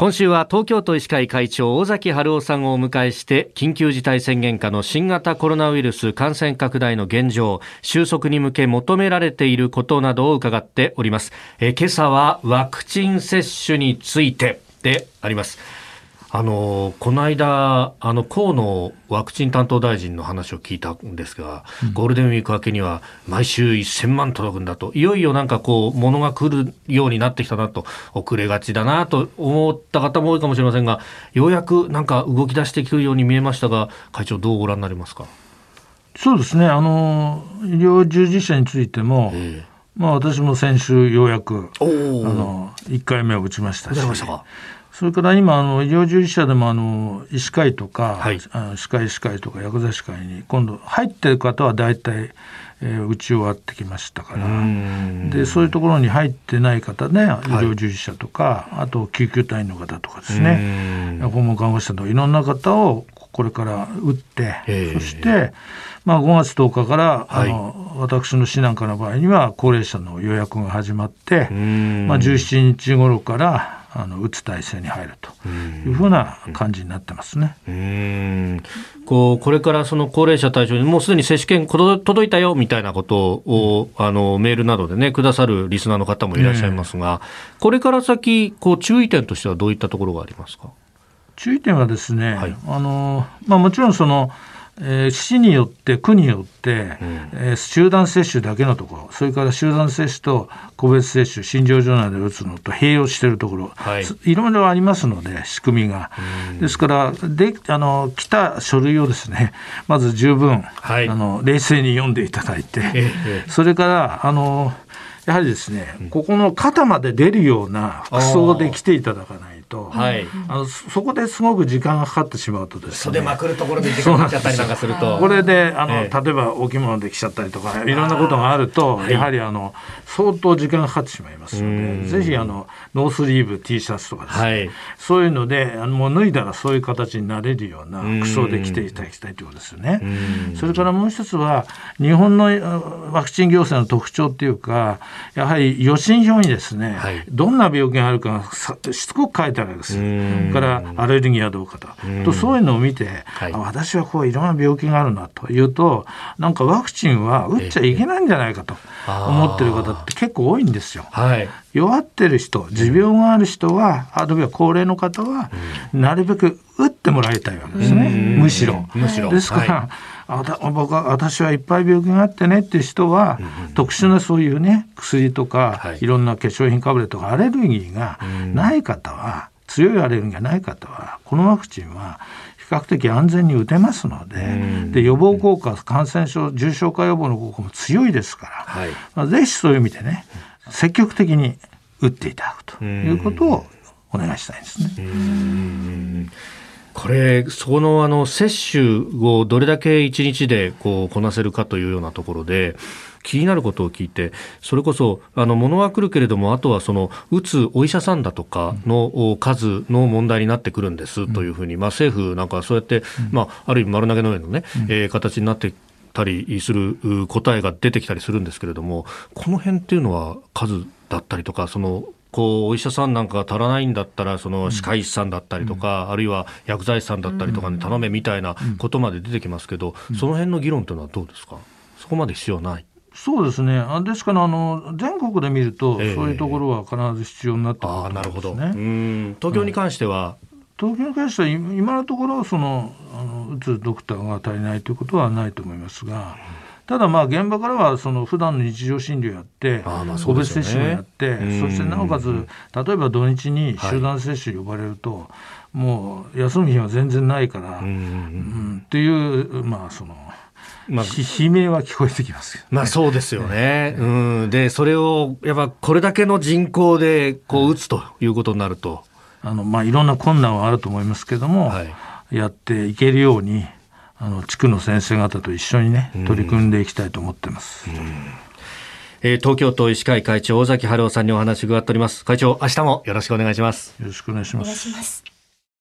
今週は東京都医師会会長尾崎治夫さんをお迎えして緊急事態宣言下の新型コロナウイルス感染拡大の現状、収束に向け求められていることなどを伺っております。今朝はワクチン接種についてであります。この間河野ワクチン担当大臣の話を聞いたんですが、ゴールデンウィーク明けには毎週1000万届くんだと、いよいよなんかこう物が来るようになってきたなと、遅れがちだなと思った方も多いかもしれませんが、ようやくなんか動き出してくるように見えましたが、会長どうご覧になりますか？ そうですね、医療従事者についても、私も先週ようやく1回目を打ちましたし、それから今医療従事者でも医師会とか、歯科医師会とか薬剤師会に今度入っている方は大体、打ち終わってきましたから、でそういうところに入ってない方ね、医療従事者とか、あと救急隊員の方とかですね、訪問看護師さんとかいろんな方をこれから打って、そして5月10日から、私の指南課の場合には高齢者の予約が始まって、17日頃から打つ体制に入るというふうな感じになってますね。 これからその高齢者対象にもうすでに接種券届いたよみたいなことをメールなどでねくださるリスナーの方もいらっしゃいますが、これから先注意点としてはどういったところがありますか？ 注意点はですね、もちろんその市によって区によって、集団接種だけのところ、それから集団接種と個別接種、診療所内で打つのと併用しているところ、いろいろありますので、仕組みが。ですから来た書類をですね、まず十分、冷静に読んでいただいて、それからやはりですね、ここの肩まで出るような服装で来ていただかないと、そこですごく時間がかかってしまうとですね、 袖まくるところで時間がかかっちゃったりなんかすると、 これで例えばお着物で来ちゃったりとかいろんなことがあると、やはり相当時間がかかってしまいますので、ぜひノースリーブ T シャツとかですね、そういうのでもう脱いだらそういう形になれるような服装で来ていただきたいということですよね。それからもう一つは日本のワクチン行政の特徴っていうか、やはり予診票にですね、どんな病気があるかがしつこく書いてあるわけです。からアレルギーはどうかとそういうのを見て、私はこういろんな病気があるなというと、なんかワクチンは打っちゃいけないんじゃないかと思ってる方って結構多いんですよ。弱ってる人、持病がある人は、あるいは高齢の方はなるべく打ってもらいたいわけですね。むしろですから、私はいっぱい病気があってねっていう人は、特殊なそういうね薬とか、いろんな化粧品かぶれとかアレルギーがない方は、強いアレルギーがない方はこのワクチンは比較的安全に打てますので、予防効果、感染症重症化予防の効果も強いですから、ぜひそういう意味でね、積極的に打っていただくということをお願いしたいですね。 これその接種をどれだけ1日でこなせるかというようなところで気になることを聞いて、それこそ物は来るけれども、あとはその打つお医者さんだとかの数の問題になってくるんですというふうに、政府なんかそうやって、ある意味丸投げのようなね、形になってたりする答えが出てきたりするんですけれども、この辺っていうのは数だったりとか、お医者さんなんかが足らないんだったら、その歯科医師さんだったりとか、あるいは薬剤師さんだったりとかに頼めみたいなことまで出てきますけど、その辺の議論というのはどうですか？そこまで必要ない？ そうですね。ですから全国で見ると、そういうところは必ず必要になってくると思うんですね。 なるほど。東京に関しては、 東京に関しては今のところ打つドクターが足りないということはないと思いますが、ただ現場からは普段の日常診療やって、個別接種もやって、そしてなおかつ例えば土日に集団接種呼ばれると、もう休む日は全然ないから、っていう悲鳴は聞こえてきますよね。 そうですよね。でそれをやっぱこれだけの人口で打つということになると、 いろんな困難はあると思いますけども、やっていけるように地区の先生方と一緒にね取り組んでいきたいと思っています。 東京都医師会会長尾崎治夫さんにお話を伺っております。会長、明日もよろしくお願いします。 よろしくお願いします。